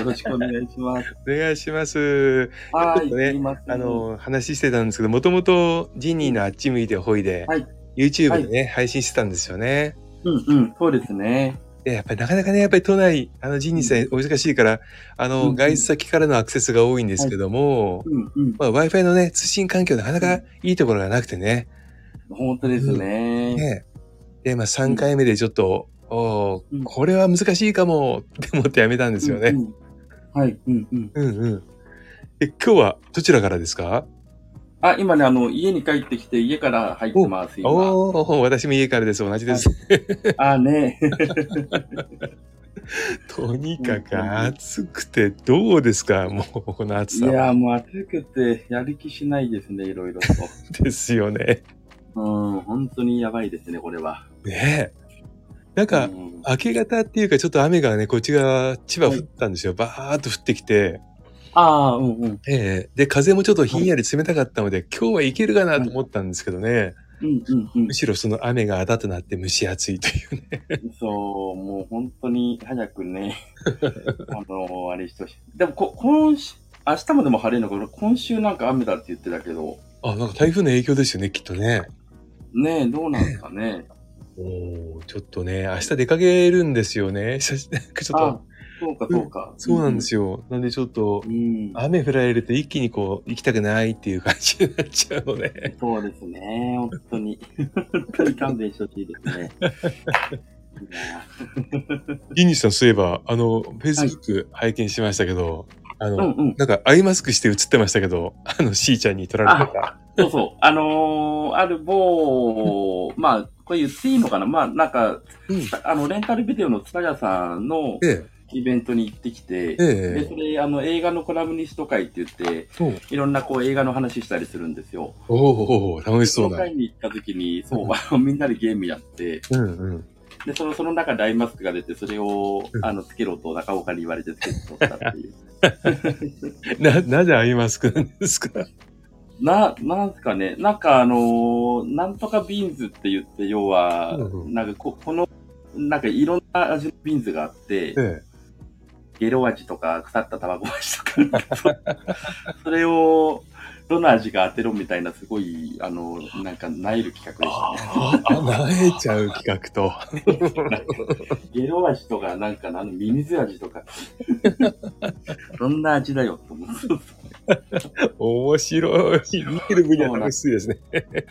ろしくお願いします。 お願いします。ちょはい、 っとね、 すいません。 話してたんですけど、もともとジニーのあっち向いてほいで、 はい、 YouTube はい。 でね、配信してたんですよね。 うんうん、そうですね。 で、やっぱりなかなかね、やっぱり都内、ジニーさんうん、 お忙しいから、 うんうん。 外出先からのアクセスが多いんですはい、 けども、 うんうん、 まあ、Wi-Fi のね、通信環境なかなかうん。 いいところがなくてね。 ほんとですうん。 ね。 ね。で、まあ、3 うん、 回目でちょっと、 うん、 これは難しいかもって思ってやめたんですよね。 うんうん。はい、うんうん。 うんうん。今日はどちらからですか？ あ、今ね、家に帰ってきて、家から入ってます、今。 私も家からです。同じではい。 す。 あ、ね。 とにほんかくとに。 暑くてどうですか？もうこの暑さは。 いや、もう暑くてやる気しないですね、色々と。 ですよね。 ほんとにやばいですね、これは。 ねえ。なんか、 うん。 明け方っていうかちょっと雨がね、こっち側、千葉降っはい。 たんですよ。バーっと降ってきて。 ああ、うんうん。 ええ。で、風もちょっとひはい、 んやり冷たかったので、今日はいけるかなはい。 と思ったんですけどね。 うんうんうん。 むしろその雨があだとなって蒸し暑いというね。 そう、もう本当に早くね、あれしてほしい。でも、明日もでも晴れるのかな、今週なんか雨だって言ってたけど、 あ、なんか台風の影響ですよね、きっとね。 ねえ、どうなんすねかね。 ちょっとね、明日出かけるんですよね。なんかちょっと、 あ、そうかうん、 そうか。うそうなんでんうん。 すよ。なんでちょっと、 うん。 雨降られると一気にこう、行きたくないっていう感じになっちゃうので。 そうですね、本当に。本当に勘弁してほしいですね。いやイニスさん、そういえば、 はい。 Facebook 拝見しましたけど、 うんうん。 なんかアイマスクして写ってましたけど、しーちゃんに撮られてあ、 た。 そうそう。あるまあ、これ言っていいのかな、まあ、なんか、 うん。 レンタルビデオのツタヤさんのええ、 イベントに行ってきて、 えで、 え、 それ、映画のコラムニスト会って言って、 おういろんなこう映画の話したりするんですよ。 おー、楽で、そのしそうな。 会に行った時に、そう、 うん、 みんなでゲームやって、 うん、うん。 で、その中でアイマスクが出て、それを、 うん。 つけろと中岡に言われてつけて撮ったっていう。 なぜアイマスクなんですか？ なんすかね、なんかなんとかビーンズって言って、要は、 うんうん。 なんかなんかいろんな味のビーンズがあって、 ええ。 ゲロ味とか腐った卵味とか、それを、どの味が当てろみたいな、すごい、なんか、なえる企画でしたね。 なえちゃう企画と。 なんか、ゲロ味とか、なんか、ミミズ味とか、どんな味だよ、と思って。 面白い。見てる分にはそうなん楽しそうですね。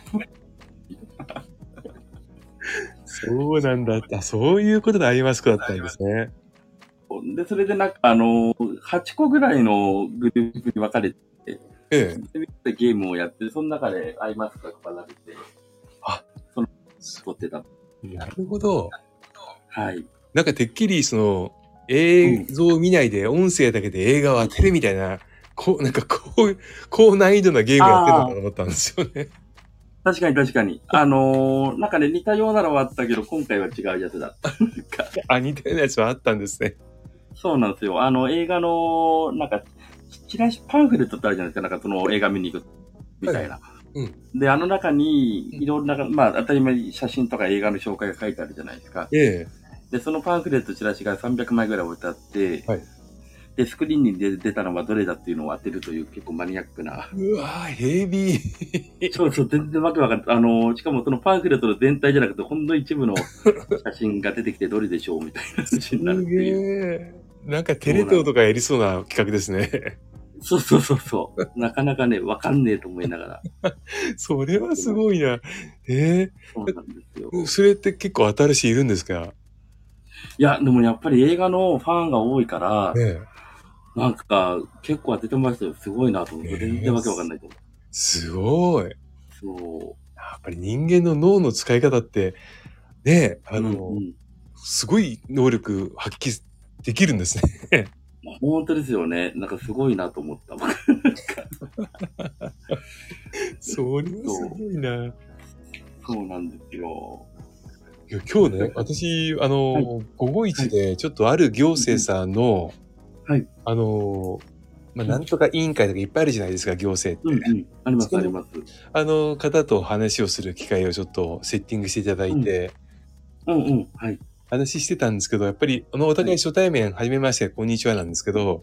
そうなんだ。そういうことでアイマスクだったんですね。 で、それでなんか、8個ぐらいのグループに分かれて、 ええ。 でゲームをやって、その中でアイマスクが配られて、 あ、 その、撮ってた。 なるほど。 はい。 なんかてっきり映うん。 像を見ないで音声だけで映画を当てるみたいな、なんか高難易度なゲームやってるのああ、 かと思ったんですよね。 確かに確かに。なんかね、似たようなのはあったけど、今回は違うやつだった。 あ、似たようなやつはあったんですね。 そうなんですよ。映画の、なんか、パンフレットってあるじゃないですか。なんかその映画見に行くみはいはい。 たいな。 うん。 で、あの中に、いろんな、まあ、当たり前に写真とか映画の紹介が書いてあるじゃないですか。 ええ。 で、そのパンフレットチラシが300枚ぐらい置いてあって、 はい。 で、スクリーンに出たのはどれだっていうのを当てるという結構マニアックな。 うわぁ、ヘビー。 そうそう、全然わけわかんない。しかもそのパンフレットの全体じゃなくて、ほんの一部の写真が出てきてどれでしょうみたいなす話になるっていう。 げえ。なんかテレそうなんです。 東とかやりそうな企画ですね。 そうそうそうそう。なかなかね、わかんねえと思いながらそれはすやってました。 ごいな。えそうなんですよ。 それって結構新しいいるんですか？ いや、でもやっぱり映画のファンが多いから、 ねなんか結構当ててましたよ。すごいなと思って。全然わけわかんないと思すごい。やう。そっぱり人間の脳の使い方って、ね、 う。うんうん。 すごい能力発揮できるんですね。 本当ですよね。なんかすごいなと思った。 それはすそう。 ごいな。 そうなんですよ。 いや、今日ね、私、 はい、 午後一はい。 でちょっとある行うんうん。 政さんの、 はい。 あの、まあ、 うん。 なんとか委員会とかいっぱいあるじゃないですか、行政って。 うんうん。ありますその、 あります。 方と話をする機会をちょっとセッティングしていただうん。 いて、 うんうん。はい。 話してたんですけど、やっぱり、お互い初対面、はじめまして、こんにちはなんですけど、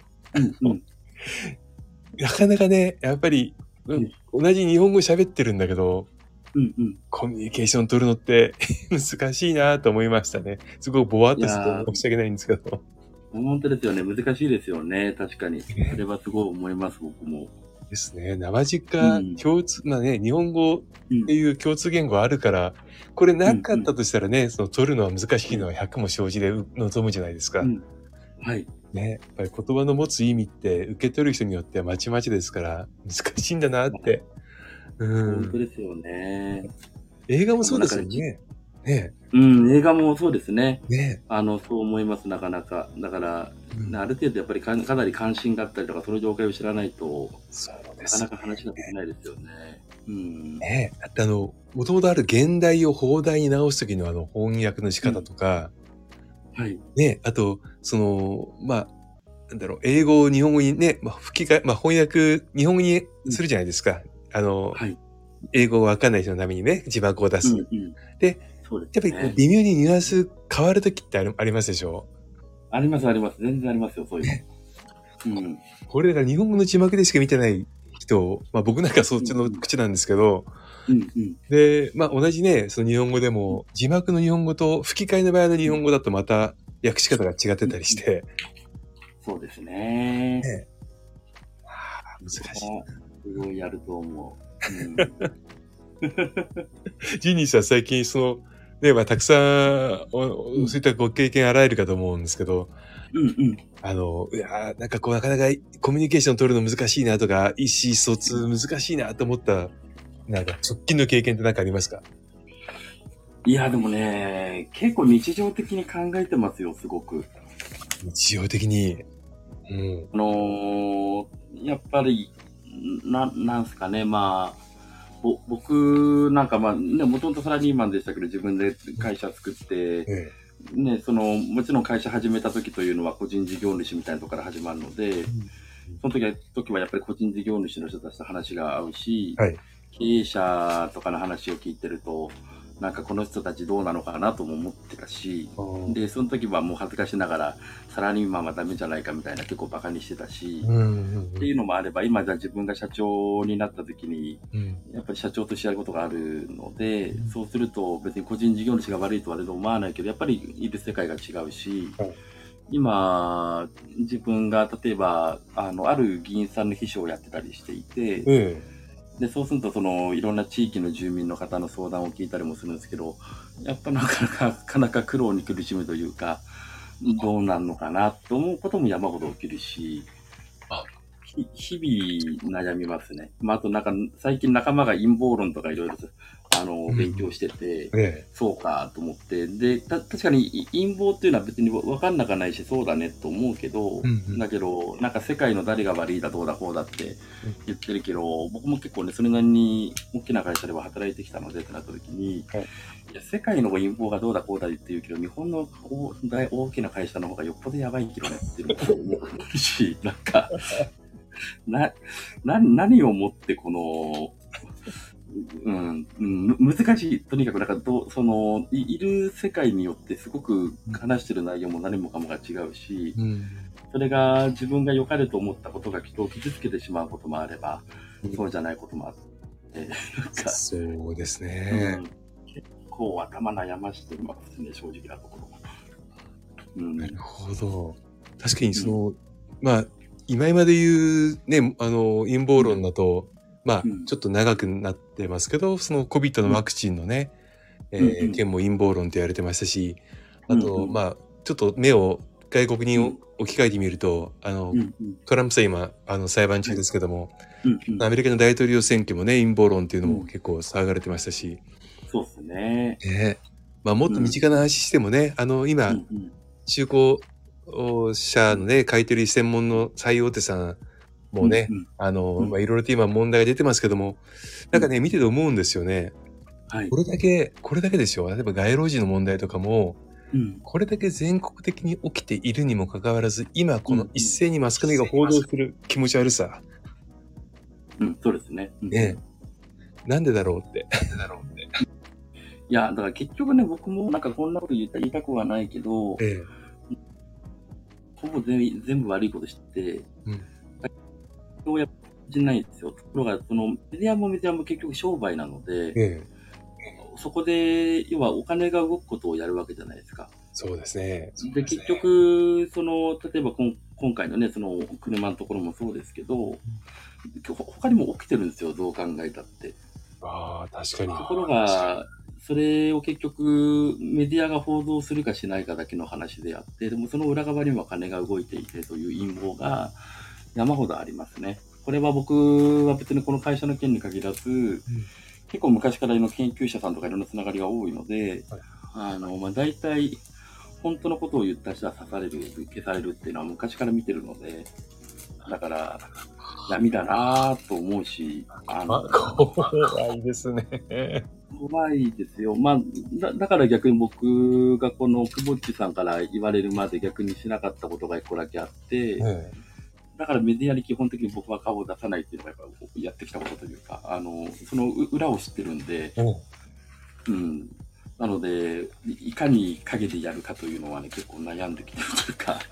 なかなかね、やっぱり、同じ日本語喋ってるんだけど、コミュニケーション取るのって難しいなと思いましたね。すごいぼわっとして申し訳ないんですけど。 本当ですよね。難しいですよね。確かに。それはすごい思います、僕も。 ですね。生実家、共通、まあね、日本語っていう共通言語あるから、これなかったとしたらね、その取るのは難しいのは100も承知で望むじゃないですか。 はい。 ね、やっぱり言葉の持つ意味って受け取る人によってはまちまちですから難しいんだなって。 本当ですよね。 映画もそうですよね。ね。 映画もそうですね。 ね。 そう思います、なかなか。だから、ある程度やっぱりかなり関心があったりとか、その情報を知らないと、なかなか話ができないですよね。 ね。だってもともとある現代を邦題に直すときの翻訳の仕方とか、 はい。 ね、あと、なんだろう、英語を日本語にね、吹き替え、翻訳、日本語にするじゃないですか。 はい。 英語わかんない人のためにね、字幕を出す。で、 そうですね、 やっぱりこう微妙にニュアンス変わるときってありますでしょ？ あります、あります。全然ありますよ、そういうの。 これだから日本語の字幕でしか見てない人、僕なんかそっちの口なんですけど、で、同じね、その日本語でも、字幕の日本語と吹き替えの場合の日本語だとまた訳し方が違ってたりして。 そうですね。 難しい。 すごいやると思う。 ジーニーさん最近たくさん、そういったご経験あられるかと思うんですけど、なんかなかなかコミュニケーション取るの難しいなとか、意思疎通難しいなと思った、なんか直近の経験って何かありますか？ いや、でもね、結構日常的に考えてますよ、すごく。 日常的に。 やっぱり、なんすかね、僕なんかもともとサラリーマンでしたけど、自分で会社作って、ね、もちろん会社始めた時というのは個人事業主みたいなところから始まるので、その時はやっぱり個人事業主の人たちと話が合うし、経営者とかの話を聞いてると、なんかこの人たちどうなのかなとも思ってたし、で、その時はもう恥ずかしながら、サラリーマンはダメじゃないかみたいな結構バカにしてたし、っていうのもあれば、今じゃあ自分が社長になった時に、やっぱり社長としてやることがあるので、そうすると別に個人事業主が悪いとは思わないけど、やっぱりいる世界が違うし、今、自分が例えば、ある議員さんの秘書をやってたりしていて、で、そうすると、いろんな地域の住民の方の相談を聞いたりもするんですけど、やっぱなかなか苦労に苦しむというか、どうなんのかなと思うことも山ほど起きるし、日々悩みますね。あと最近仲間が陰謀論とかいろいろ勉強してて、そうかと思って。で、確かに陰謀っていうのは別に分かんなかないし、そうだねと思うけど、だけど、なんか世界の誰が悪いだどうだこうだって言ってるけど、僕も結構ね、それなりに大きな会社では働いてきたのでってなった時に、いや世界の陰謀がどうだこうだって言うけど、日本の大きな会社の方がよっぽどやばいけどねっていうのも思うし、なんか、何をもって難しい。とにかく、いる世界によってすごく話してる内容も何もかもが違うし、それが自分が良かれと思ったことが人を傷つけてしまうこともあれば、そうじゃないこともあって、 そうですね。 結構頭悩ましてますね、正直なところ。 なるほど。確かに今で言うね、陰謀論だと、ちょっと長くなってますけど、その COVID のワクチンのね、件も陰謀論って言われてましたし、あと、ちょっと目を外国に置き換えてみると、トランプさん今、裁判中ですけども、アメリカの大統領選挙もね、陰謀論っていうのも結構騒がれてましたし。 そうですね。 もっと身近な話してもね、今、中古車のね、買い取り専門の最大手さんもね、いろいろと今問題が出てますけども、なんかね、見てて思うんですよね。これだけでしょ。例えば街路樹の問題とかも、これだけ全国的に起きているにもかかわらず、今この一斉にマスコミが報道する気持ち悪さ。 そうですね。 ね。なんでだろうって。 いや、だから結局ね、僕もなんかこんなこと言いたくはないけど、ほぼ全部悪いことして、そうやってないですよ。ところが、そのメディアも結局商売なので、そこで、要はお金が動くことをやるわけじゃないですか。 そうですね。 で、結局、その、例えば今回のね、その車のところもそうですけど、他にも起きてるんですよ、どう考えたって。 ああ、確かに。 ところが、それを結局メディアが報道するかしないかだけの話であって、でもその裏側にも金が動いていてという陰謀が山ほどありますね。これは僕は別にこの会社の件に限らず、結構昔からの研究者さんとかいろんなつながりが多いので、大体本当のことを言った人は刺される、消されるっていうのは昔から見てるので、だから闇だなぁと思うし、 怖いですね。 怖いですよ。まあ、だから逆に僕がこの久保っちさんから言われるまで逆にしなかったことが一個だけあって、だからメディアに基本的に僕は顔を出さないっていうのがやっぱやってきたことというか、その裏を知ってるんで、なので、いかに陰でやるかというのはね、結構悩んできてるというか。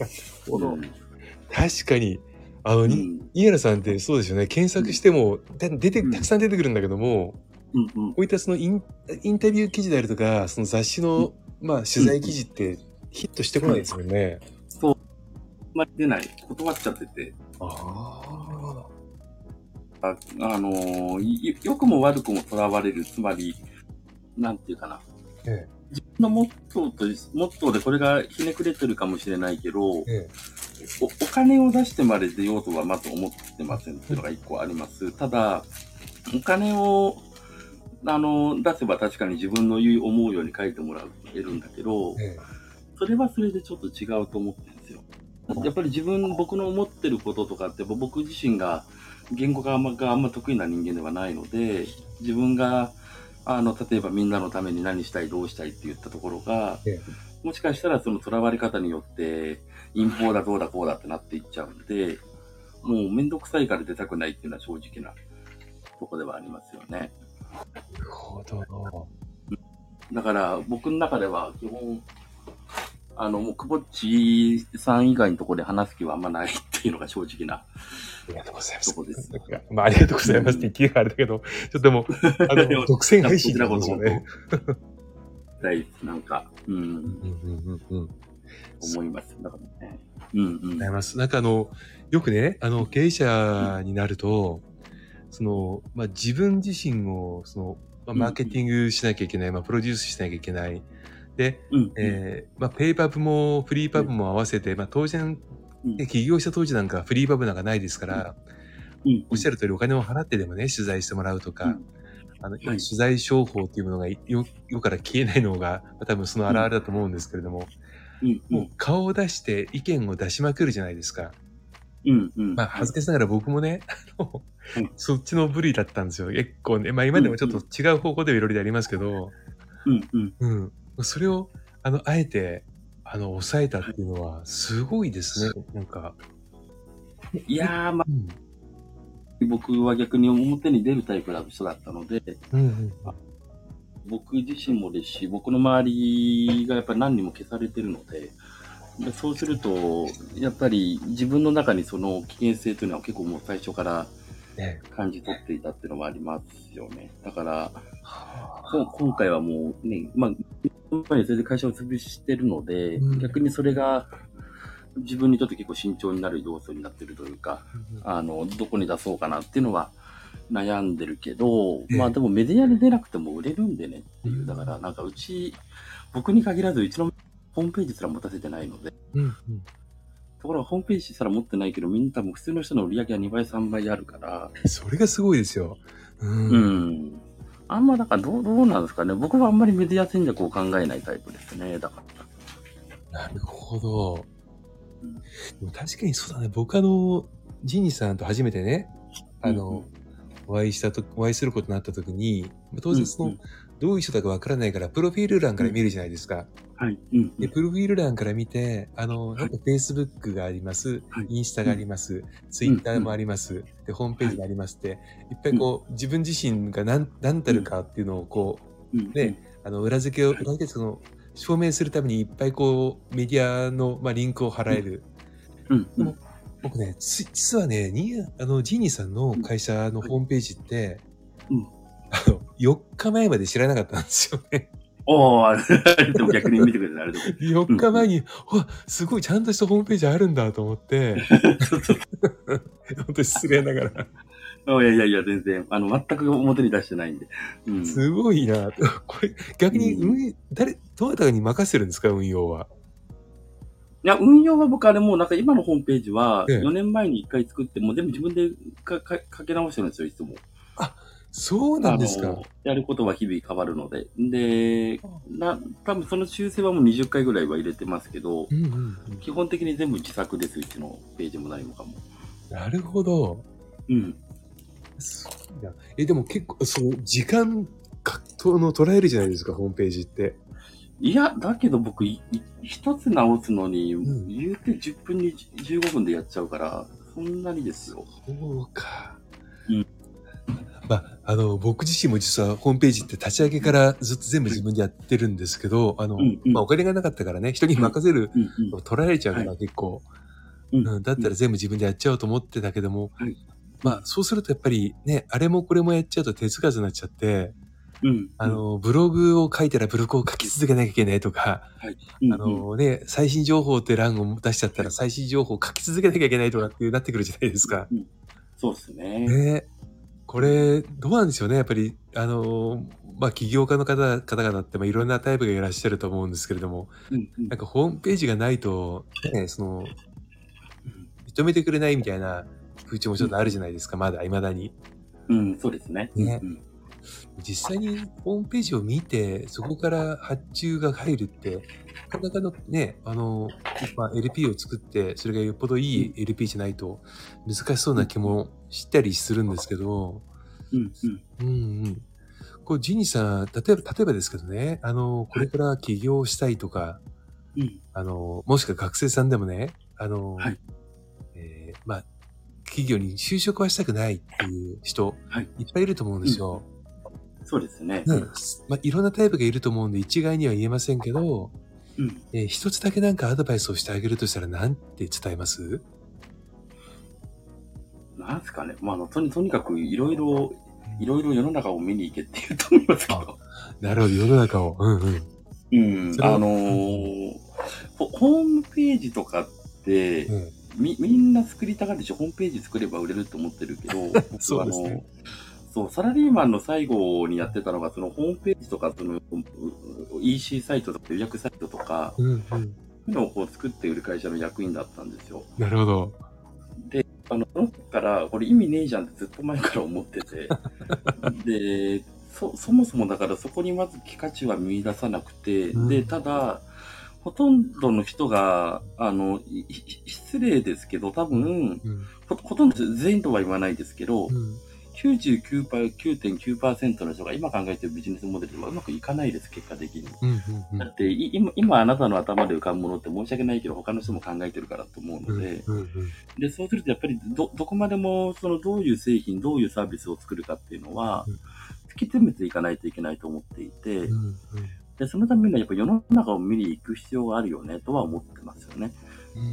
確かに、井原さんってそうですよね。検索しても、たくさん出てくるんだけども、こういったそのインタビュー記事であるとか、その雑誌の、取材記事ってヒットしてこないですよね。 そう。出ない。断っちゃってて。良くも悪くもとらわれる。つまり、なんていうかな。自分のモットーでこれがひねくれてるかもしれないけど、お金を出してまで出ようとはまず思ってませんっていうのが一個あります。ただ、お金を出せば確かに自分の思うように書いてもらえるんだけど、それはそれでちょっと違うと思ってるんですよ。やっぱり僕の思ってることとかって、僕自身が言語があんま得意な人間ではないので、自分が、例えばみんなのために何したい、どうしたいって言ったところが、もしかしたらその囚われ方によって、陰謀だ、どうだ、こうだってなっていっちゃうんで、もうめんどくさいから出たくないっていうのは正直なとこではありますよね。 なるほど。 だから僕の中では基本、もう、くぼっちさん以外のところで話す気はあんまないっていうのが正直な。 ありがとうございます。 とこです。 ありがとうございますって言ってがあれだけど、ちょっともう、独占配信なんですよね。 なんか、思います。だからね。 ございます。なんかよくね、経営者になると、自分自身を、マーケティングしなきゃいけない、プロデュースしなきゃいけない。で、ペイパブもフリーパブも合わせて、当然、起業した当時なんかフリーパブなんかないですから、おっしゃる通りお金を払ってでもね、取材してもらうとか、取材商法っていうものが世から消えないのが、多分その表れだと思うんですけれども、もう顔を出して意見を出しまくるじゃないですか。恥ずかしながら僕もね、そっちの部類だったんですよ。結構ね、今でもちょっと違う方向ではいろいろありますけど、それを、あえて、抑えたっていうのは、すごいですね、なんか。 いやー、僕は逆に表に出るタイプの人だったので、僕自身もですし、僕の周りがやっぱり何人も消されてるので、そうすると、やっぱり自分の中にその危険性というのは結構もう最初から感じ取っていたっていうのもありますよね。だから、今回はもうね、それで会社を潰してるので、逆にそれが自分にとって結構慎重になる要素になってるというか、どこに出そうかなっていうのは悩んでるけど、でもメディアに出なくても売れるんでねっていう、だからなんか僕に限らずうちのホームページすら持たせてないので、ところがホームページすら持ってないけど、みんな多分普通の人の売り上げは2倍、3倍あるから。 それがすごいですよ。 あんまだからどうなんですかね。僕はあんまりメディア戦略を考えないタイプですね。だから。 なるほど。でも確かにそうだね。僕ジニーさんと初めてね、お会いすることになった時に、当然どういう人だかわからないから、プロフィール欄から見るじゃないですか。で、プロフィール欄から見て、Facebook があります、インスタがあります、Twitter もあります、で、ホームページがありますって、いっぱい自分自身が何たるかっていうのをね、裏付けその、証明するためにいっぱいこう、メディアの、リンクを貼られる。でも、僕ね、実はね、ジーニーさんの会社のホームページって、4日前まで知らなかったんですよね。 でも逆に見てくれたらあれでも。 4日前に、すごいちゃんとしたホームページあるんだと思って、本当に失礼ながら。 いや、全然、全く表に出してないんで。 すごいな。これ、逆にどなたに任せるんですか、運用は。 いや、運用は僕もうなんか今のホームページは、4年前に1回作って、もう全部自分で書き直してるんですよ、いつも。 そうなんですか。 やることは日々変わるので。で、多分その修正はもう20回ぐらいは入れてますけど、基本的に全部自作です、うちのページも何もかも。 なるほど。でも結構、時間捉えるじゃないですか、ホームページって。 いや、だけど僕、一つ直すのに、言うて10分に15分でやっちゃうから、そんなにですよ。 そうか。僕自身も実はホームページって立ち上げからずっと全部自分でやってるんですけど、お金がなかったからね、人に任せる取られちゃうから結構、だったら全部自分でやっちゃおうと思ってたけども、そうするとやっぱりね、あれもこれもやっちゃうと手つかずになっちゃって、ブログを書いたらブログを書き続けなきゃいけないとか、最新情報って欄を出しちゃったら最新情報を書き続けなきゃいけないとかってなってくるじゃないですか。 そうですね。 これ、どうなんですよね。やっぱり、起業家の方々っていろんなタイプがいらっしゃると思うんですけれども、なんかホームページがないと、ね、認めてくれないみたいな風潮もちょっとあるじゃないですか、未だに。 そうですね。 実際にホームページを見て、そこから発注が入るって、なかなかのね、LP を作って、それがよっぽどいい LP じゃないと難しそうな気もしたりするんですけど、こう、ジニーさん、例えばですけどね、これから起業したいとか、もしくは学生さんでもね、企業に就職はしたくないっていう人、いっぱいいると思うんですよ。 そうですね。 いろんなタイプがいると思うんで、一概には言えませんけど、一つだけなんかアドバイスをしてあげるとしたら何て伝えます？ なんすかね。とにかくいろいろ世の中を見に行けって言うと思いますけど。 なるほど、世の中を。ホームページとかって、みんな作りたがるでしょ。ホームページ作れば売れると思ってるけど、 そうですね。 サラリーマンの最後にやってたのが、そのホームページとか、EC サイトとか予約サイトとか、そういうのをこう作って売る会社の役員だったんですよ。 なるほど。 で、その時から、これ意味ねえじゃんってずっと前から思ってて、で、そもそもだからそこにまず価値は見出さなくて、で、ただ、ほとんどの人が、失礼ですけど、多分、ほとんど全員とは言わないですけど、99.9% の人が今考えているビジネスモデルはうまくいかないです、結果的に。だって今あなたの頭で浮かぶものって申し訳ないけど他の人も考えてるからと思うので、でそうするとやっぱりどこまでもどういう製品、どういうサービスを作るかっていうのは突き詰めていかないといけないと思っていて、でそのためにはやっぱり世の中を見に行く必要があるよねとは思ってますよね。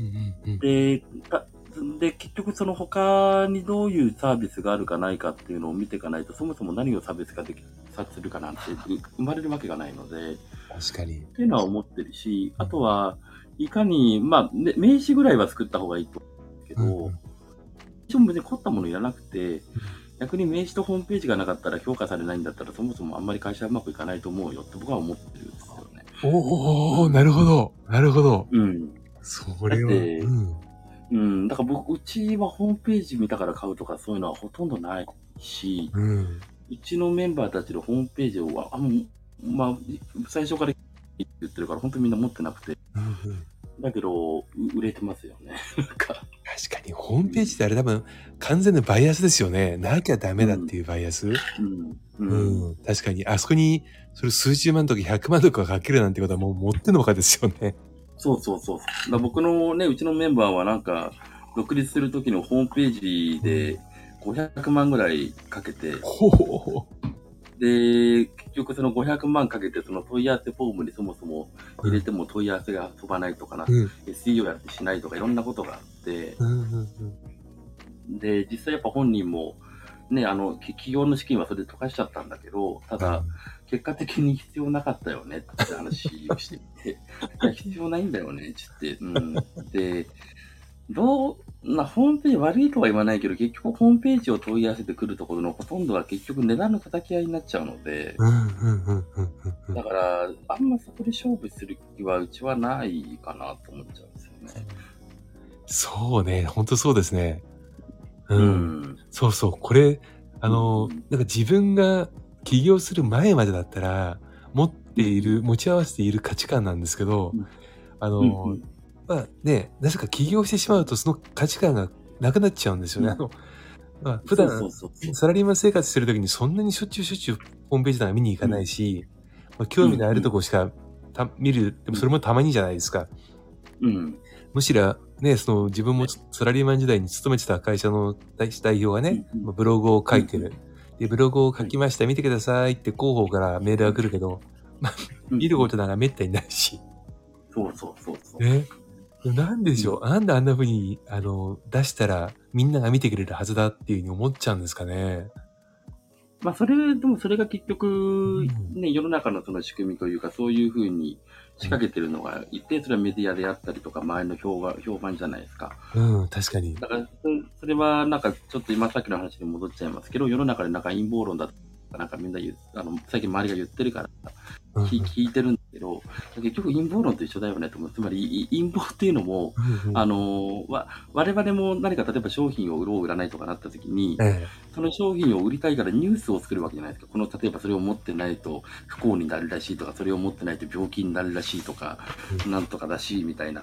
で、結局他にどういうサービスがあるかないかっていうのを見ていかないと、そもそも何を差別化するかなんて生まれるわけがないので、 確かに。 っていうのは思ってるし、あとは、いかに、名刺ぐらいは作った方がいいと思うんですけど、名刺も別に凝ったものいらなくて、逆に名刺とホームページがなかったら評価されないんだったら、そもそもあんまり会社はうまくいかないと思うよって僕は思ってるんですよね。 なるほど。なるほど。それは。 だからうちはホームページ見たから買うとかそういうのはほとんどないし、うちのメンバーたちのホームページは、最初から言ってるから本当にみんな持ってなくて、だけど、売れてますよね。 確かに、ホームページってあれ多分、完全なバイアスですよね。なきゃダメだっていうバイアス。確かに、あそこに、それ数十万とか100万とかかけるなんてことはもう持ってのほかですよね。 そう。僕のね、うちのメンバーはなんか、独立するときのホームページで500万ぐらいかけて、 で、結局その500万かけてその問い合わせフォームにそもそも入れても問い合わせが飛ばないとかな、SEO やってしないとかいろんなことがあって、で、実際やっぱ本人も、ね、企業の資金はそれで溶かしちゃったんだけど、ただ、結果的に必要なかったよねって話をしていて、いや、必要ないんだよね、つって。で、ホームページ悪いとは言わないけど、結局ホームページを問い合わせてくるところのほとんどは結局値段の叩き合いになっちゃうので、だから、あんまそこで勝負する気はうちはないかなと思っちゃうんですよね。 そうね、本当そうですね。そうそう、これ、なんか自分が起業する前までだったら、持ち合わせている価値観なんですけど、まあね、なぜか起業してしまうとその価値観がなくなっちゃうんですよね。まあ普段サラリーマン生活してる時にそんなにしょっちゅうホームページとか見に行かないし、まあ、興味のあるとこしか見る、でもそれもたまにじゃないですか。むしろね、自分もサラリーマン時代に勤めてた会社の代表がね、ブログを書いてる。で、ブログを書きました、見てくださいって広報からメールが来るけど、まあ、見ることなんかめったにないし。 そう。 ね。なんでしょう、なんであんな風に、出したらみんなが見てくれるはずだっていう風に思っちゃうんですかね。 まあ、でもそれが結局、ね、世の中のその仕組みというか、そういう風に仕掛けてるのがいて、それはメディアであったりとか、周りの評判じゃないですか。 確かに。 だから、それはなんか、ちょっと今さっきの話に戻っちゃいますけど、世の中でなんか陰謀論だとか、なんかみんな最近周りが言ってるから、聞いてるんだけど、結局陰謀論と一緒だよねと思う。つまり陰謀っていうのも、我々も何か例えば商品を売ろう売らないとかなった時に、その商品を売りたいからニュースを作るわけじゃないですか。例えばそれを持ってないと不幸になるらしいとか、それを持ってないと病気になるらしいとか、なんとからしいみたいな、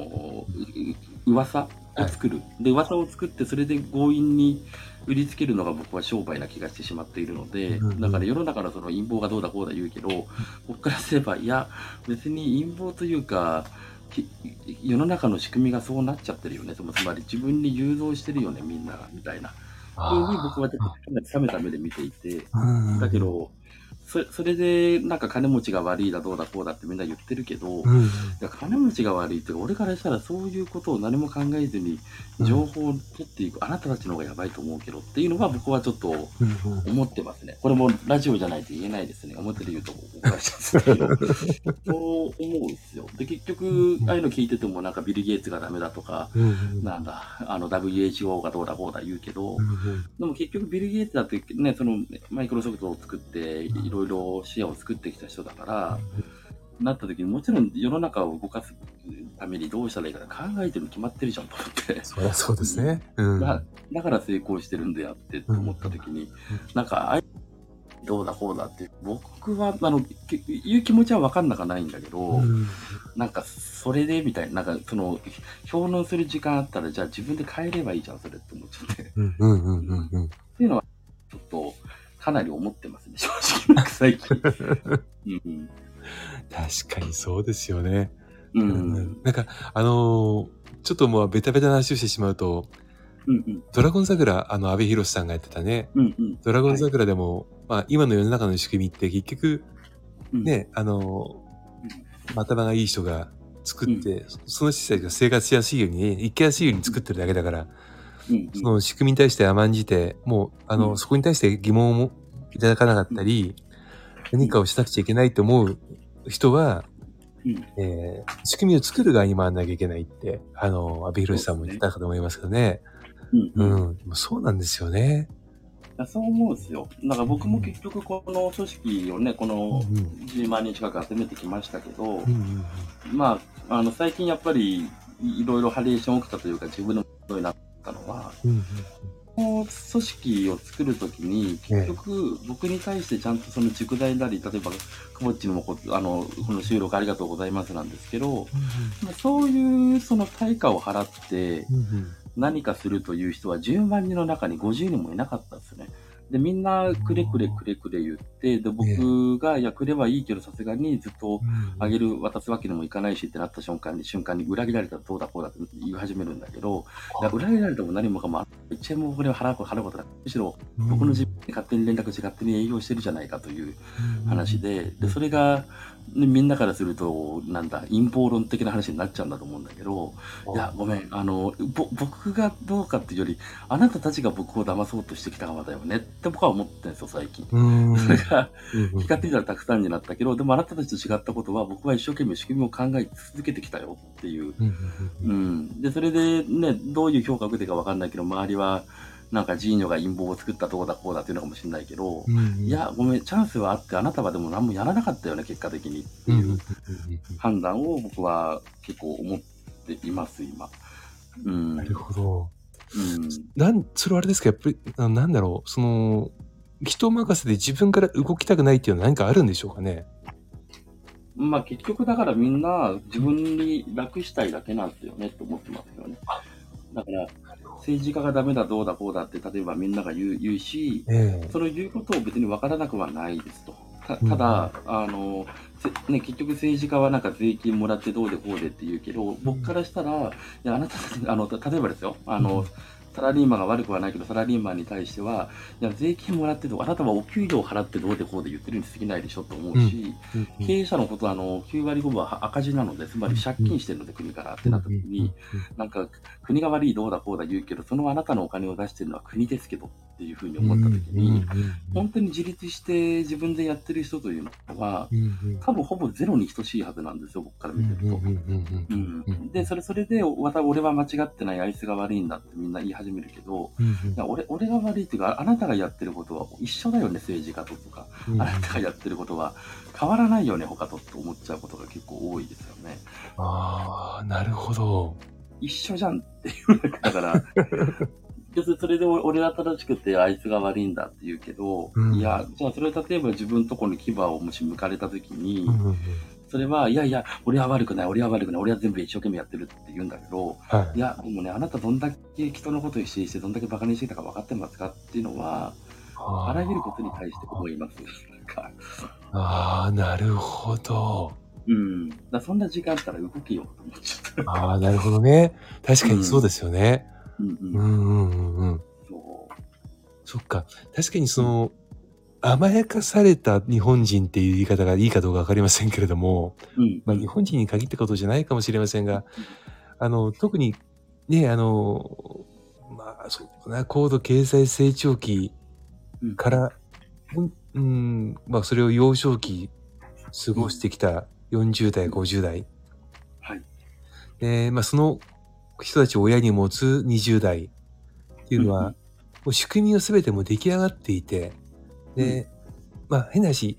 噂を作る。で、噂を作って、それで強引に売りつけるのが僕は商売な気がしてしまっているので、だから世の中のその陰謀がどうだこうだ言うけど、僕からすれば、いや、別に陰謀というか、世の中の仕組みがそうなっちゃってるよね。つまり自分に誘導してるよね、みんなが、みたいな。ふうに僕はちょっと冷めた目で見ていて、だけど、それでなんか金持ちが悪いだどうだこうだってみんな言ってるけど、金持ちが悪いって俺からしたらそういうことを何も考えずに情報を取っていく、あなたたちの方がやばいと思うけどっていうのは僕はちょっと思ってますね。これもラジオじゃないと言えないですね。表で言うと怒られちゃうんですけど、そう思うんですよ。で、結局、ああいうの聞いててもなんかビル・ゲイツがダメだとか、なんだ、WHO がどうだこうだ言うけど、でも結局ビル・ゲイツだってね、そのマイクロソフトを作っていろいろ視野を作ってきた人だから、なった時にもちろん世の中を動かすためにどうしたらいいか考えてるに決まってるじゃんと思って。 そりゃそうですね。 だから成功してるんであってと思った時に、なんか、どうだこうだって、僕は、いう気持ちは分かんなくないんだけど、なんか、それでみたいな、なんか、評論する時間あったら、じゃあ自分で変えればいいじゃん、それって思っちゃって。っていうのは、ちょっと、かなり思ってますね、正直、なんか最近。 確かにそうですよね。なんか、ちょっともうベタベタな話をしてしまうと、ドラゴン桜、阿部寛さんがやってたね、ドラゴン桜でも、まあ、今の世の中の仕組みって結局、ね、頭がいい人が作って、その人たちが生活しやすいように、生きやすいように作ってるだけだから、その仕組みに対して甘んじて、もう、そこに対して疑問をいただかなかったり、何かをしなくちゃいけないと思う人は、仕組みを作る側に回らなきゃいけないって、阿部寛さんも言ったかと思いますけどね。そうなんですよね。 そう思うんですよ。だから僕も結局この組織をね、この10万人近く集めてきましたけど、まあ、最近やっぱりいろいろハレーション起きたというか自分のことになったのは、この組織を作るときに結局僕に対してちゃんとその塾代なり、例えばくぼっちにもこの収録ありがとうございますなんですけど、そういうその対価を払って、何かするという人は10万人の中に50人もいなかったんですね。 で、みんなくれくれくれくれ言って、で、僕が、いや、くればいいけど、さすがにずっとあげる、渡すわけにもいかないしってなった瞬間に裏切られたらどうだこうだって言い始めるんだけど、いや、裏切られても何もかも、1円もこれは払うことだ。むしろ、僕の自分に勝手に連絡して勝手に営業してるじゃないかという話で、で、それが、ね、みんなからすると、なんだ、陰謀論的な話になっちゃうんだと思うんだけど、いや、ごめん、僕がどうかっていうより、あなたたちが僕を騙そうとしてきた側だよねって僕は思ってるんですよ、最近。それが、光ってみたらたくさんになったけど、でもあなたたちと違ったことは、僕は一生懸命仕組みを考え続けてきたよっていう。で、それでね、どういう評価を受けてるかわかんないけど、周りは、なんかジーニョが陰謀を作ったどうだこうだっていうのかもしれないけど、いや、ごめん、チャンスはあって、あなたはでも何もやらなかったよね、結果的にっていう判断を僕は結構思っています、今。 なるほど。それはあれですか、やっぱり、なんだろう、その、人任せで自分から動きたくないっていうのは何かあるんでしょうかね。 まあ結局だからみんな自分に楽したいだけなんですよねって思ってますよね。だから政治家がダメだどうだこうだって例えばみんなが言うし、それを言うことを別に分からなくはないですと。ただ、ね、結局政治家はなんか税金もらってどうでこうでって言うけど、僕からしたら、いやあなた例えばですよ、サラリーマンが悪くはないけど、サラリーマンに対しては、いや、税金もらってどう、あなたはお給料払ってどうでこうで言ってるに過ぎないでしょと思うし、経営者のことは9割5分は赤字なので、つまり借金してるので国からってなった時に、なんか国が悪いどうだこうだ言うけど、そのあなたのお金を出してるのは国ですけどっていうふうに思った時に、本当に自立して自分でやってる人というのは、多分ほぼゼロに等しいはずなんですよ、僕から見てると。で、それで、俺は間違ってない、あいつが悪いんだってみんな言い始めるけど、いや俺が悪いっていうか、あなたがやってることは一緒だよね、政治家とか。あなたがやってることは変わらないよね、他とって思っちゃうことが結構多いですよね。 ああ、なるほど。 一緒じゃんっていう。だから、それで俺は正しくてあいつが悪いんだって言うけど、いや、じゃあそれ例えば自分のところに牙をもし向かれたときに、それは、いやいや、俺は悪くない、俺は全部一生懸命やってるって言うんだけど、いや、でもね、あなたどんだけ人のことを否定して、どんだけ馬鹿にしてきたか分かってますかっていうのは、あらゆることに対して思います。 ああ、なるほど。 そんな時間あったら動けよと思っちゃった。 ああ、なるほどね。確かにそうですよね。そっか。確かにその、甘やかされた日本人っていう言い方がいいかどうかわかりませんけれども、日本人に限ったことじゃないかもしれませんが、特にね、そうだな、高度経済成長期から、それを幼少期過ごしてきた40代、50代。で、その人たちを親に持つ20代っていうのは、もう仕組みが全ても出来上がっていて、で、変な話、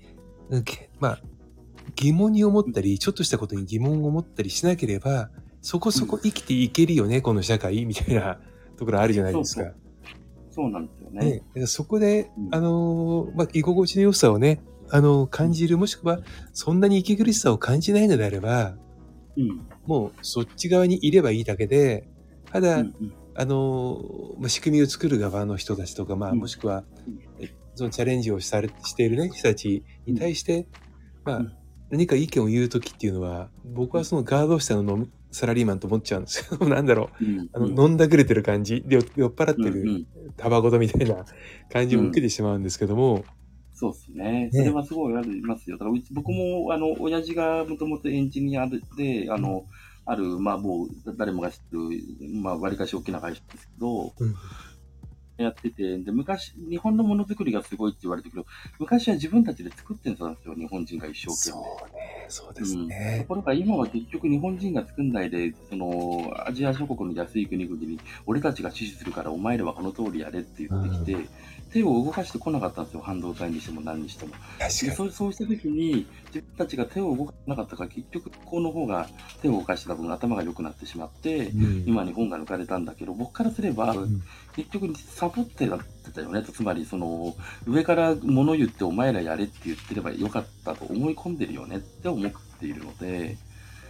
疑問に思ったり、ちょっとしたことに疑問を持ったりしなければ、そこそこ生きていけるよね、この社会、みたいなところあるじゃないですか。 そうなんですよね。 そこで、居心地の良さをね、感じる、もしくは、そんなに息苦しさを感じないのであれば、もうそっち側にいればいいだけで、ただ、仕組みを作る側の人たちとか、もしくは、そのチャレンジをしているね、人たちに対して、何か意見を言うときっていうのは、僕はそのガード下のサラリーマンと思っちゃうんですけど、なんだろう、飲んだくれてる感じ、酔っ払ってるタバコとみたいな感じを受けてしまうんですけども。 そうですね。それはすごいありますよ。だから僕も、親父がもともとエンジニアで、ある、もう誰もが知ってる、割かし大きな会社ですけど、やってて、で、日本のものづくりがすごいって言われてるけど、昔は自分たちで作ってたんですよ、日本人が一生懸命。 そうですね。 ところが今は結局日本人が作んないで、アジア諸国の安い国々に、俺たちが支持するからお前らはこの通りやれって言ってきて、手を動かしてこなかったんですよ、半導体にしても何にしても。そうした時に、自分たちが手を動かなかったから、結局、この方が手を動かしてた分頭が良くなってしまって、今日本が抜かれたんだけど、僕からすれば、結局サボってたよねと、つまり上から物言ってお前らやれって言ってればよかったと思い込んでるよねって思っているので、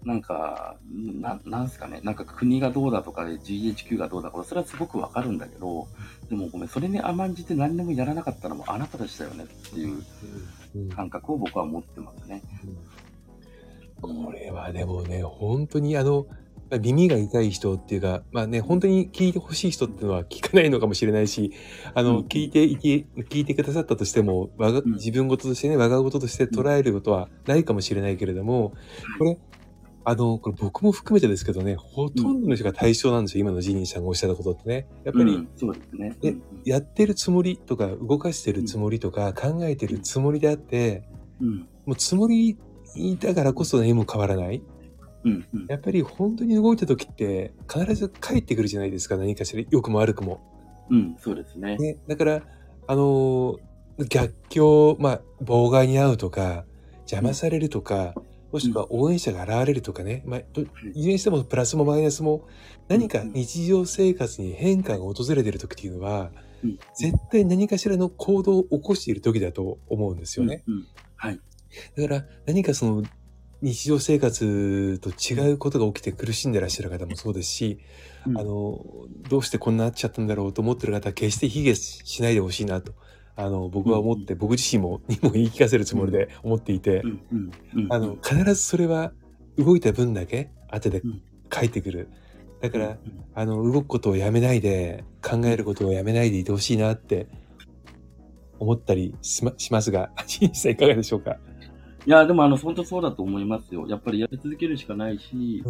なんか、なんすかね、なんか国がどうだとかで GHQ がどうだとか、それはすごくわかるんだけど、でもごめん、それに甘んじて何でもやらなかったのもあなたたちだよねっていう感覚を僕は持ってますね。 これはでもね、本当に耳が痛い人っていうか、まあね、本当に聞いてほしい人っていうのは聞かないのかもしれないし、聞いてくださったとしても、自分事としてね、我が事として捉えることはないかもしれないけれども、これ僕も含めてですけどね、ほとんどの人が対象なんですよ、今のジニーさんがおっしゃったことってね。やっぱり、 そうですね。 やってるつもりとか、動かしてるつもりとか、考えてるつもりであって、もうつもりだからこそ何も変わらない。やっぱり本当に動いた時って必ず帰ってくるじゃないですか、何かしら、良くも悪くも。 そうですね。 だから、逆境、妨害に遭うとか、邪魔されるとか、もしくは応援者が現れるとかね、いずれにしてもプラスもマイナスも何か日常生活に変化が訪れている時っていうのは、絶対何かしらの行動を起こしている時だと思うんですよね。だから何かその日常生活と違うことが起きて苦しんでらっしゃる方もそうですし、どうしてこんなっちゃったんだろうと思ってる方は決して卑下しないでほしいなと。僕は思って、僕自身にも言い聞かせるつもりで思っていて、必ずそれは動いた分だけ後で返ってくる。だから、動くことをやめないで、考えることをやめないでいてほしいなって思ったりしますが、ジンさんいかがでしょうか？ いや、でも本当そうだと思いますよ。やっぱりやり続けるしかないし、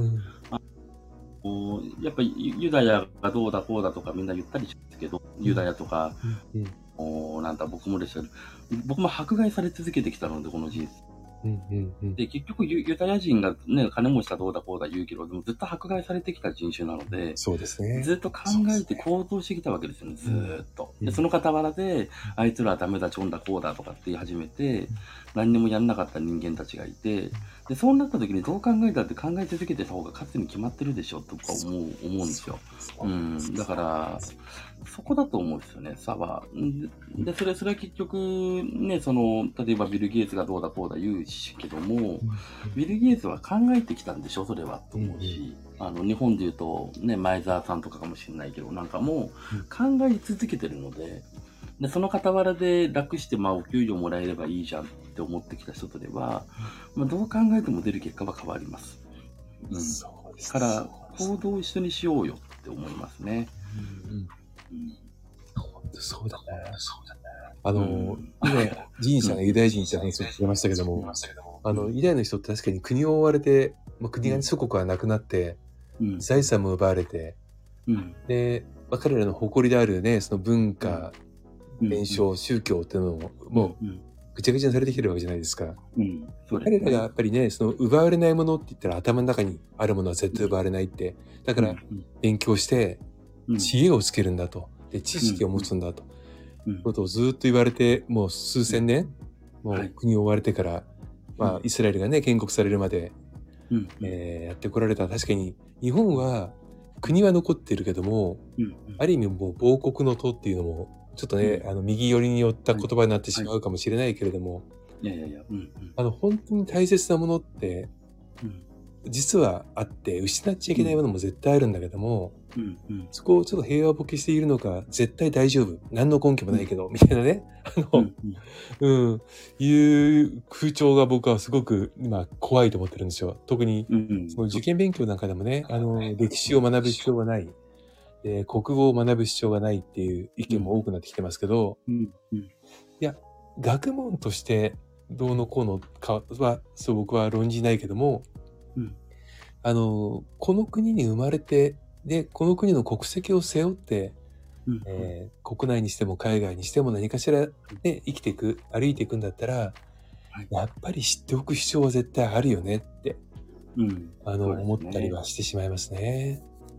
やっぱりユダヤがどうだこうだとかみんな言ったりしますけど、ユダヤとか、なんだ僕もでしたけど、僕も迫害され続けてきたので、この人生。で、結局ユダヤ人がね、金持ちだどうだこうだ言うけど、でもずっと迫害されてきた人種なので、 そうですね。 ずっと考えて行動してきたわけですよね、ずーっと。で、その傍らで、あいつらはダメだ、ちょんだ、こうだとかって言い始めて、何にもやんなかった人間たちがいて、で、そうなった時にどう考えたって考え続けてた方が勝つに決まってるでしょ、とか思うんですよ。だから、そこだと思うんですよね、差は。で、それは結局、ね、例えばビル・ゲイツがどうだこうだ言うけども、ビル・ゲイツは考えてきたんでしょ、それは、と思うし、日本で言うと、ね、前澤さんとかかもしれないけど、なんかもう考え続けてるので、で、その傍らで楽して、お給料もらえればいいじゃんって思ってきた人とでは、どう考えても出る結果は変わります。から、行動を一緒にしようよって思いますね。 そうだね。今、ジンさんがユダヤ人って話をしてましたけども、ユダヤの人って確かに国を追われて、国が祖国はなくなって、財産も奪われて、で、彼らの誇りであるね、その文化、伝承、宗教っていうのも、もう、ぐちゃぐちゃにされてきてるわけじゃないですか。彼らがやっぱりね、その奪われないものって言ったら頭の中にあるものは絶対奪われないって。だから、勉強して、知恵をつけるんだと。で、知識を持つんだと。ことをずっと言われて、もう数千年、もう国を追われてから、イスラエルがね、建国されるまで、やってこられた。確かに、日本は、国は残ってるけども、ある意味もう亡国の党っていうのも、ちょっとね、右寄りに寄った言葉になってしまうかもしれないけれども、本当に大切なものって、実はあって、失っちゃいけないものも絶対あるんだけども、そこをちょっと平和ボケしているのか、絶対大丈夫。何の根拠もないけど、みたいなね。いう風潮が僕はすごく今怖いと思ってるんですよ。特に、その受験勉強なんかでもね、歴史を学ぶ必要はない。国語を学ぶ必要がないっていう意見も多くなってきてますけど、いや、学問としてどうのこうのかは、そう僕は論じないけども、この国に生まれて、で、この国の国籍を背負って、国内にしても海外にしても何かしらで生きていく、歩いていくんだったら、やっぱり知っておく必要は絶対あるよねって、思ったりはしてしまいますね。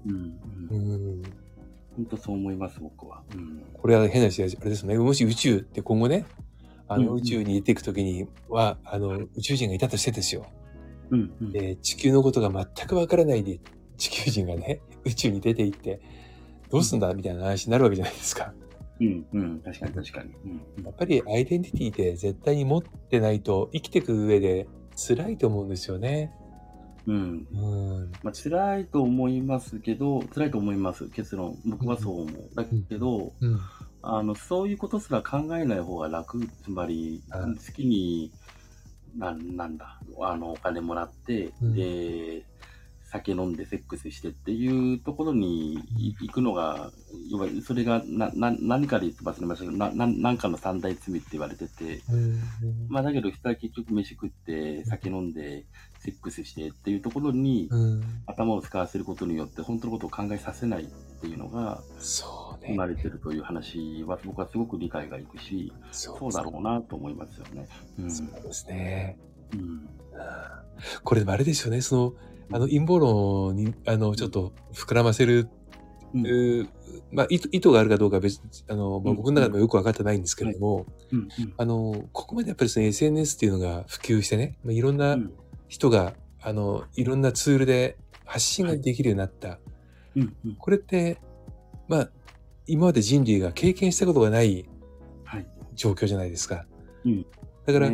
本当そう思います、僕は。 これは変な話、あれですね。もし宇宙って今後ね、宇宙に出ていくときには、宇宙人がいたとしてですよ。地球のことが全くわからないで、地球人がね、宇宙に出て行って、どうすんだみたいな話になるわけじゃないですか。 確かに確かに。 やっぱりアイデンティティで絶対に持ってないと生きていく上で辛いと思うんですよね。 うん。まあ、辛いと思いますけど、辛いと思います。結論。僕はそう思う。だけど、そういうことすら考えない方が楽。つまり、好きに、なんだ、お金もらって、で、酒飲んでセックスしてっていうところに行くのが、要はそれが何かで言って忘れましたけど、なんかの三大罪って言われてて、まあだけど人は結局飯食って酒飲んでセックスしてっていうところに頭を使わせることによって本当のことを考えさせないっていうのが生まれてるという話は僕はすごく理解がいくし、そうだろうなと思いますよね。 そうですね。これでもあれですよね、陰謀論に、ちょっと膨らませる、まあ、意図があるかどうかは別、僕の中でもよく分かってないんですけれども、ここまでやっぱりその SNS っていうのが普及してね、いろんな人が、いろんなツールで発信ができるようになった。これって、まあ、今まで人類が経験したことがない状況じゃないですか。だから、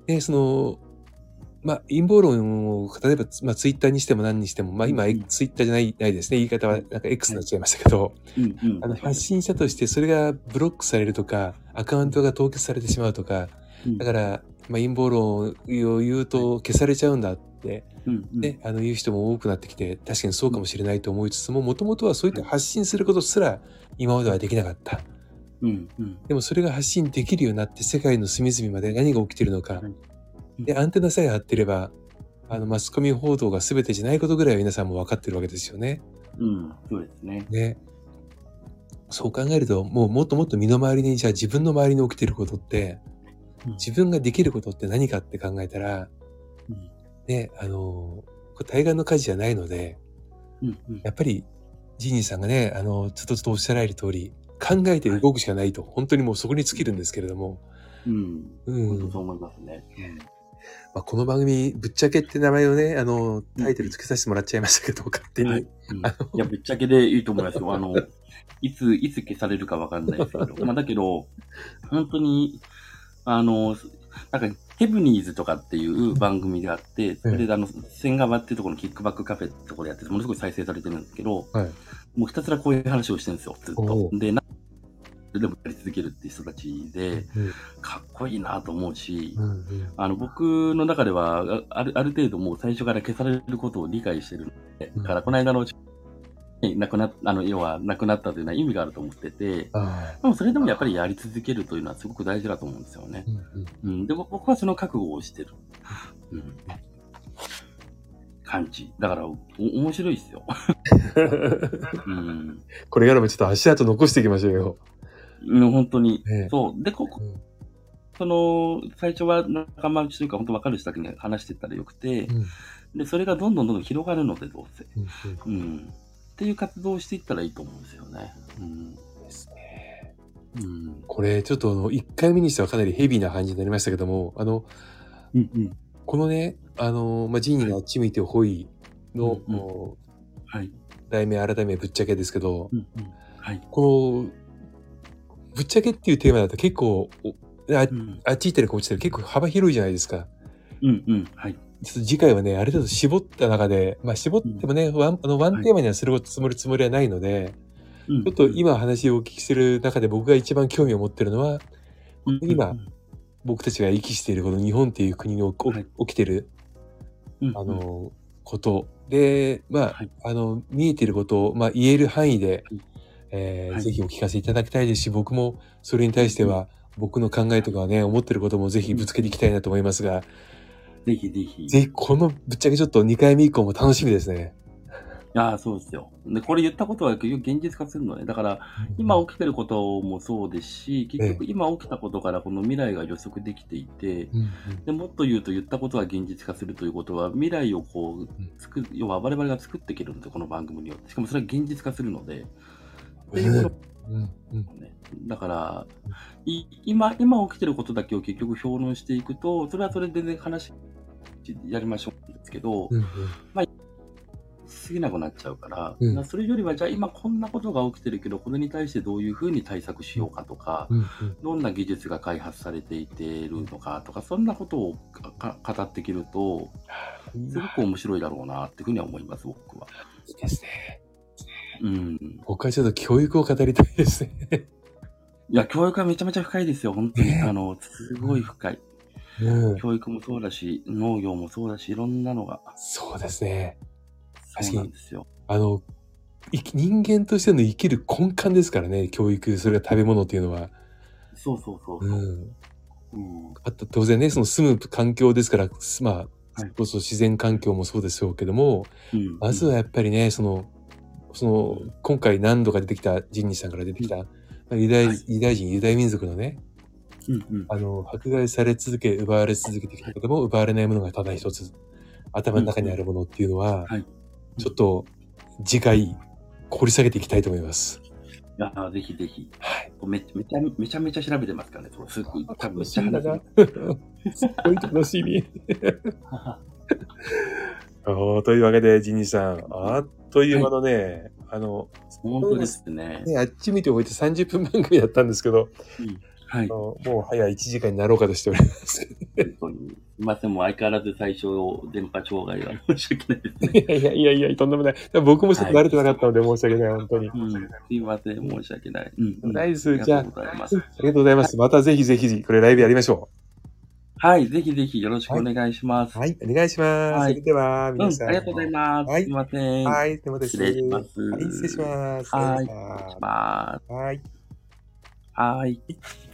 まあ、陰謀論を、例えば、まあ、ツイッターにしても何にしても、まあ、今、ツイッターじゃないですね。言い方は、なんか X になっちゃいましたけど、発信者としてそれがブロックされるとか、アカウントが凍結されてしまうとか、だから、まあ、陰謀論を言うと消されちゃうんだって、ね、言う人も多くなってきて、確かにそうかもしれないと思いつつも、もともとはそういった発信することすら、今まではできなかった。でもそれが発信できるようになって、世界の隅々まで何が起きているのか、で、アンテナさえ張ってれば、マスコミ報道が全てじゃないことぐらいは皆さんも分かってるわけですよね。 そうですね。 ね。そう考えると、もっともっと身の回りに、じゃあ自分の周りに起きてることって、自分ができることって何かって考えたら、ね、対岸の火事じゃないので、やっぱり、ジーニーさんがね、ずっとおっしゃられる通り、考えて動くしかないと、本当にもうそこに尽きるんですけれども、 本当そう思いますね。 まあ、この番組、ぶっちゃけって名前をね、タイトル付けさせてもらっちゃいましたけど、勝手に。 いや、ぶっちゃけでいいと思いますよ。いつ消されるかわかんないですけど。まあ、だけど、本当に、なんか、ヘブニーズとかっていう番組であって、それで千川っていうところのキックバックカフェってところでやってて、ものすごい再生されてるんですけど、もうひたすらこういう話をしてるんですよ、ずっと。で、でもやり続けるっていう人たちで、かっこいいなと思うし、僕の中ではある程度もう最初から消されることを理解してるので、だからこの間の要は亡くなったというのは意味があると思ってて、でもそれでもやっぱりやり続けるというのはすごく大事だと思うんですよね。で、僕はその覚悟をしてる。感じ。だから、面白いっすよ。 これからもちょっと足跡残していきましょうよ。 本当に。そう。で、最初は仲間内というか、本当分かる人だけに話してったらよくて、で、それがどんどん広がるので、どうせ。っていう活動をしていったらいいと思うんですよね。 ですね。これ、ちょっと1回目にしてはかなりヘビーな感じになりましたけども、このね、ジーニーがあっち向いてほいの、題名改めぶっちゃけですけど、この、ぶっちゃけっていうテーマだと結構、あっち行ったりこっち行ったり結構幅広いじゃないですか。ちょっと次回はね、ある程度絞った中で、まあ絞ってもね、ワンテーマにはするつもりはないので、ちょっと今話をお聞きする中で僕が一番興味を持ってるのは、今、僕たちが息しているこの日本っていう国に起きてる、ことで、まあ、見えていることを、まあ、言える範囲で、ぜひお聞かせいただきたいですし、僕もそれに対しては、僕の考えとかね、思ってることもぜひぶつけていきたいなと思いますが、 ぜひぜひ。 ぜひ、このぶっちゃけちょっと2回目以降も楽しみですね。 そうですよ。で、これ言ったことは結局現実化するのね。だから、今起きてることもそうですし、結局今起きたことからこの未来が予測できていて、でもっと言うと言ったことが現実化するということは、未来をこう、要は我々が作っていけるんですよ、この番組によって。しかもそれは現実化するので。っていうことね。だから、今起きてることだけを結局評論していくと、それはそれで話やりましょうんですけど、まあ、 すぎなくなっちゃうから、 うん、 それよりは、じゃあ今こんなことが起きてるけど、これに対してどういうふうに対策しようかとか、 うん、 どんな技術が開発されていているのかとか、そんなことを語っていけると、すごく面白いだろうなっていうふうには思います、僕は。 いいですね。 うん。 僕はちょっと教育を語りたいですね。 いや、教育はめちゃめちゃ深いですよ、本当に。すごい深い。教育もそうだし、農業もそうだし、いろんなのが。 そうですね。 そうなんですよ。 人間としての生きる根幹ですからね、教育、それが食べ物っていうのは。 そうそうそうそう。 あと当然ね、その住む環境ですから、まあ、それこそ自然環境もそうでしょうけども、まずはやっぱりね、今回何度か出てきた、ジンニーさんから出てきた、ユダヤ民族のね、迫害され続け、奪われ続けてきたけども、奪われないものがただ一つ、頭の中にあるものっていうのは、ちょっと次回掘り下げていきたいと思います。 いや、ぜひぜひ。 はい。 めちゃめちゃ調べてますからね、すごい。多分めっちゃ話してます。 すごい楽しみ。というわけで、ジニーさん、あっという間のね、 本当ですね。 あっち見ておいて30分番組だったんですけど、 はい。 もう早1時間になろうかとしております。 本当に。すみません、もう相変わらず最初、電波障害は申し訳ないですね。 いや、とんでもない。僕もちょっと慣れてなかったので申し訳ない、本当に。 すいません、申し訳ない。 ナイス、じゃあ、ありがとうございます。またぜひ、これライブやりましょう。 はい、ぜひぜひよろしくお願いします。 はい、お願いします。それでは、皆さん。 ありがとうございます。すいません。 はい、でもですね。 失礼します。 はい、失礼します。 はい、失礼します。 はい。 はい。